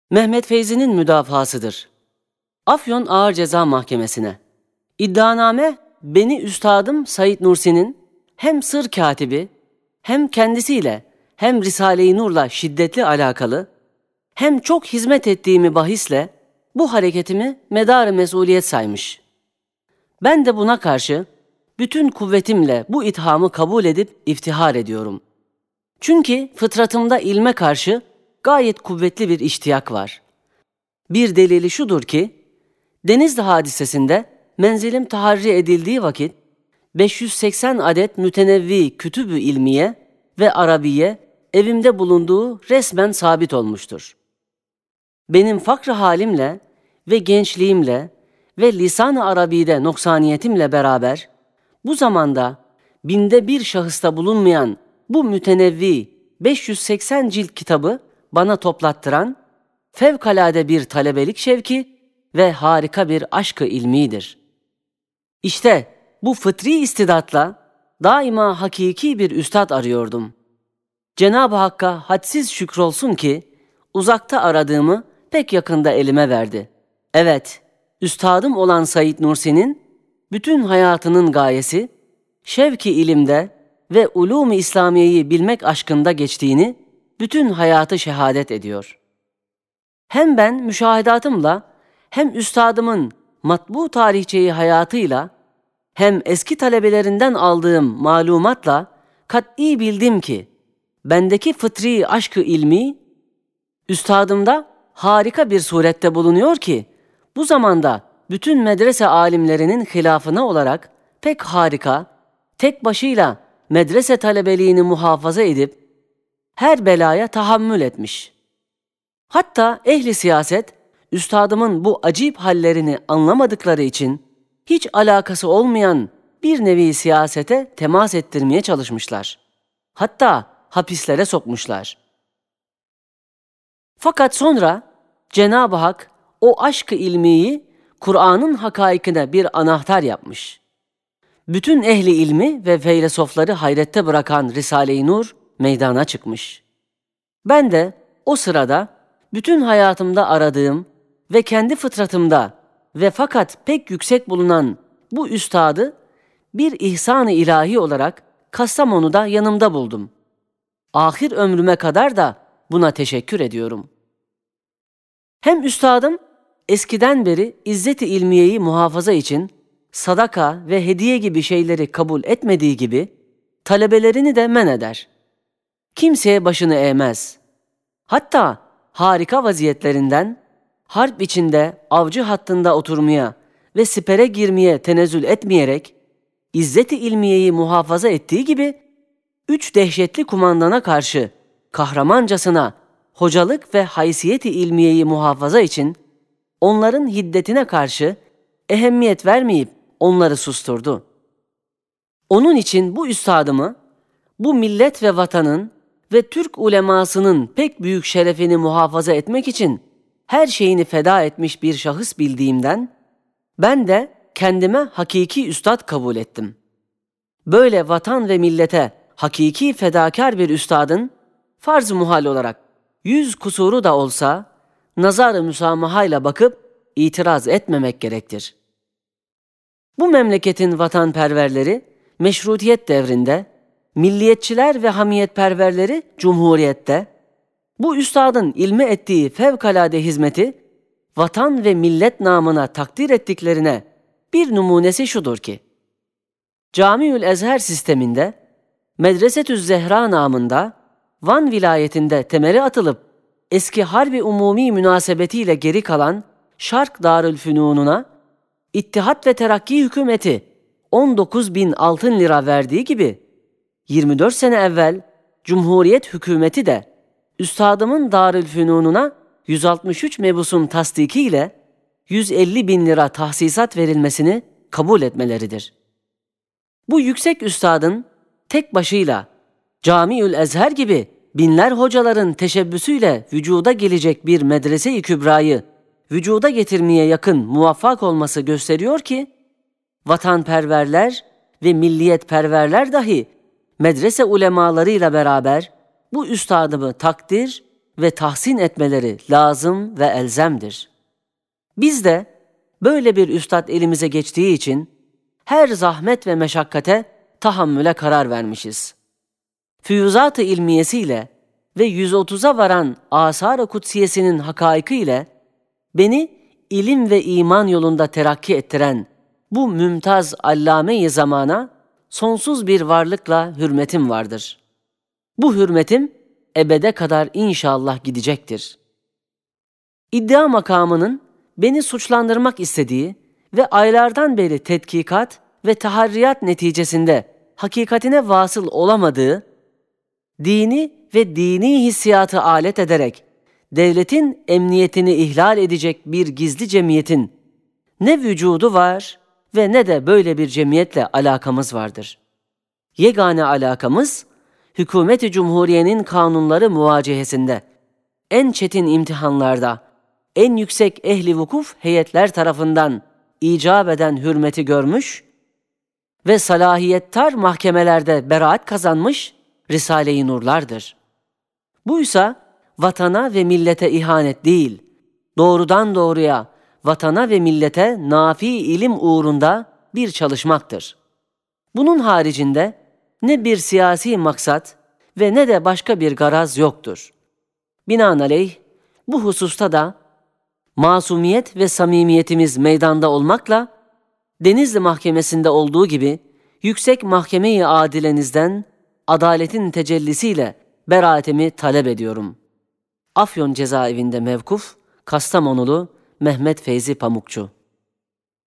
Mehmet Feyzi'nin müdafasıdır. Afyon Ağır Ceza Mahkemesi'ne. İddianame beni Üstadım Said Nursi'nin hem sır katibi hem kendisiyle hem Risale-i Nur'la şiddetli alakalı hem çok hizmet ettiğimi bahisle bu hareketimi medar-ı mesuliyet saymış. Ben de buna karşı bütün kuvvetimle bu ithamı kabul edip iftihar ediyorum. Çünkü fıtratımda ilme karşı gayet kuvvetli bir iştiyak var. Bir delili şudur ki, Denizli hadisesinde menzilim taharri edildiği vakit 580 adet mütenevvi kütüb-ü ilmiye ve arabiye evimde bulunduğu resmen sabit olmuştur. Benim fakr halimle ve gençliğimle ve lisan-ı arabide noksaniyetimle beraber bu zamanda binde bir şahısta bulunmayan bu mütenevvi 580 cilt kitabı bana toplattıran fevkalade bir talebelik şevki ve harika bir aşk-ı ilmidir. İşte bu fıtri istidatla daima hakiki bir üstad arıyordum. Cenab-ı Hakk'a hadsiz şükrolsun ki uzakta aradığımı pek yakında elime verdi. Evet, üstadım olan Said Nursi'nin bütün hayatının gayesi şevki ilimde ve ulûm-i İslamiye'yi bilmek aşkında geçtiğini bütün hayatı şehadet ediyor. Hem ben müşahedatımla hem üstadımın matbu tarihçeyi hayatıyla hem eski talebelerinden aldığım malumatla kat'i bildim ki bendeki fıtri aşk-ı ilmi üstadımda harika bir surette bulunuyor ki bu zamanda bütün medrese alimlerinin hilafına olarak pek harika, tek başıyla medrese talebeliğini muhafaza edip her belaya tahammül etmiş. Hatta ehli siyaset, üstadımın bu acip hallerini anlamadıkları için hiç alakası olmayan bir nevi siyasete temas ettirmeye çalışmışlar. Hatta hapislere sokmuşlar. Fakat sonra Cenab-ı Hak o aşk-ı ilmiyi Kur'an'ın hakaikine bir anahtar yapmış. Bütün ehli ilmi ve feylesofları hayrette bırakan Risale-i Nur meydana çıkmış. Ben de o sırada bütün hayatımda aradığım ve kendi fıtratımda ve fakat pek yüksek bulunan bu üstadı bir ihsan-ı ilahi olarak Kastamonu'da yanımda buldum. Ahir ömrüme kadar da buna teşekkür ediyorum. Hem üstadım eskiden beri izzet-i ilmiyeyi muhafaza için sadaka ve hediye gibi şeyleri kabul etmediği gibi talebelerini de men eder. Kimseye başını eğmez. Hatta harika vaziyetlerinden harp içinde avcı hattında oturmaya ve sipere girmeye tenezzül etmeyerek izzet-i ilmiyeyi muhafaza ettiği gibi 3 dehşetli kumandana karşı kahramancasına hocalık ve haysiyet-i ilmiyeyi muhafaza için onların hiddetine karşı ehemmiyet vermeyip onları susturdu. Onun için bu üstadımı, bu millet ve vatanın ve Türk ulemasının pek büyük şerefini muhafaza etmek için her şeyini feda etmiş bir şahıs bildiğimden, ben de kendime hakiki üstad kabul ettim. Böyle vatan ve millete hakiki fedakar bir üstadın, farz-ı muhal olarak 100 kusuru da olsa, nazar-ı müsamahayla bakıp itiraz etmemek gerektir. Bu memleketin vatanperverleri, meşrutiyet devrinde, milliyetçiler ve hamiyetperverleri cumhuriyette, bu üstadın ilme ettiği fevkalade hizmeti, vatan ve millet namına takdir ettiklerine bir numunesi şudur ki, Camiül Ezher sisteminde, Medresetüz Zehra namında, Van vilayetinde temeli atılıp, eski harbi umumi münasebetiyle geri kalan Şark Darülfünun'una, İttihat ve Terakki hükümeti 19.000 altın lira verdiği gibi, 24 sene evvel Cumhuriyet hükümeti de üstadımın Darülfünun'una 163 mebusun tasdikiyle 150.000 lira tahsisat verilmesini kabul etmeleridir. Bu yüksek üstadın tek başıyla Camiül Ezher gibi binler hocaların teşebbüsüyle vücuda gelecek bir medrese-i kübrayı vücuda getirmeye yakın muvaffak olması gösteriyor ki, vatanperverler ve milliyetperverler dahi medrese ulemalarıyla beraber bu üstadımı takdir ve tahsin etmeleri lazım ve elzemdir. Biz de böyle bir üstad elimize geçtiği için her zahmet ve meşakkate tahammüle karar vermişiz. Füyuzat-ı ilmiyesiyle ve 130'a varan Asar-ı Kutsiyesinin hakaiki ile beni ilim ve iman yolunda terakki ettiren bu mümtaz allame-i zamana sonsuz bir varlıkla hürmetim vardır. Bu hürmetim ebede kadar inşallah gidecektir. İddia makamının beni suçlandırmak istediği ve aylardan beri tetkikat ve taharriyat neticesinde hakikatine vasıl olamadığı, dini ve dini hissiyatı alet ederek devletin emniyetini ihlal edecek bir gizli cemiyetin ne vücudu var ve ne de böyle bir cemiyetle alakamız vardır. Yegane alakamız, hükûmet-i cumhuriyenin kanunları muvacehesinde, en çetin imtihanlarda, en yüksek ehli vukuf heyetler tarafından icap eden hürmeti görmüş ve salahiyettar mahkemelerde beraat kazanmış Risale-i Nurlardır. Buysa vatana ve millete ihanet değil, doğrudan doğruya vatana ve millete nafi ilim uğrunda bir çalışmaktır. Bunun haricinde ne bir siyasi maksat ve ne de başka bir garaz yoktur. Binaenaleyh bu hususta da masumiyet ve samimiyetimiz meydanda olmakla Denizli Mahkemesi'nde olduğu gibi yüksek mahkeme-i adilenizden adaletin tecellisiyle beraatimi talep ediyorum. Afyon cezaevinde mevkuf, Kastamonulu Mehmet Feyzi Pamukçu.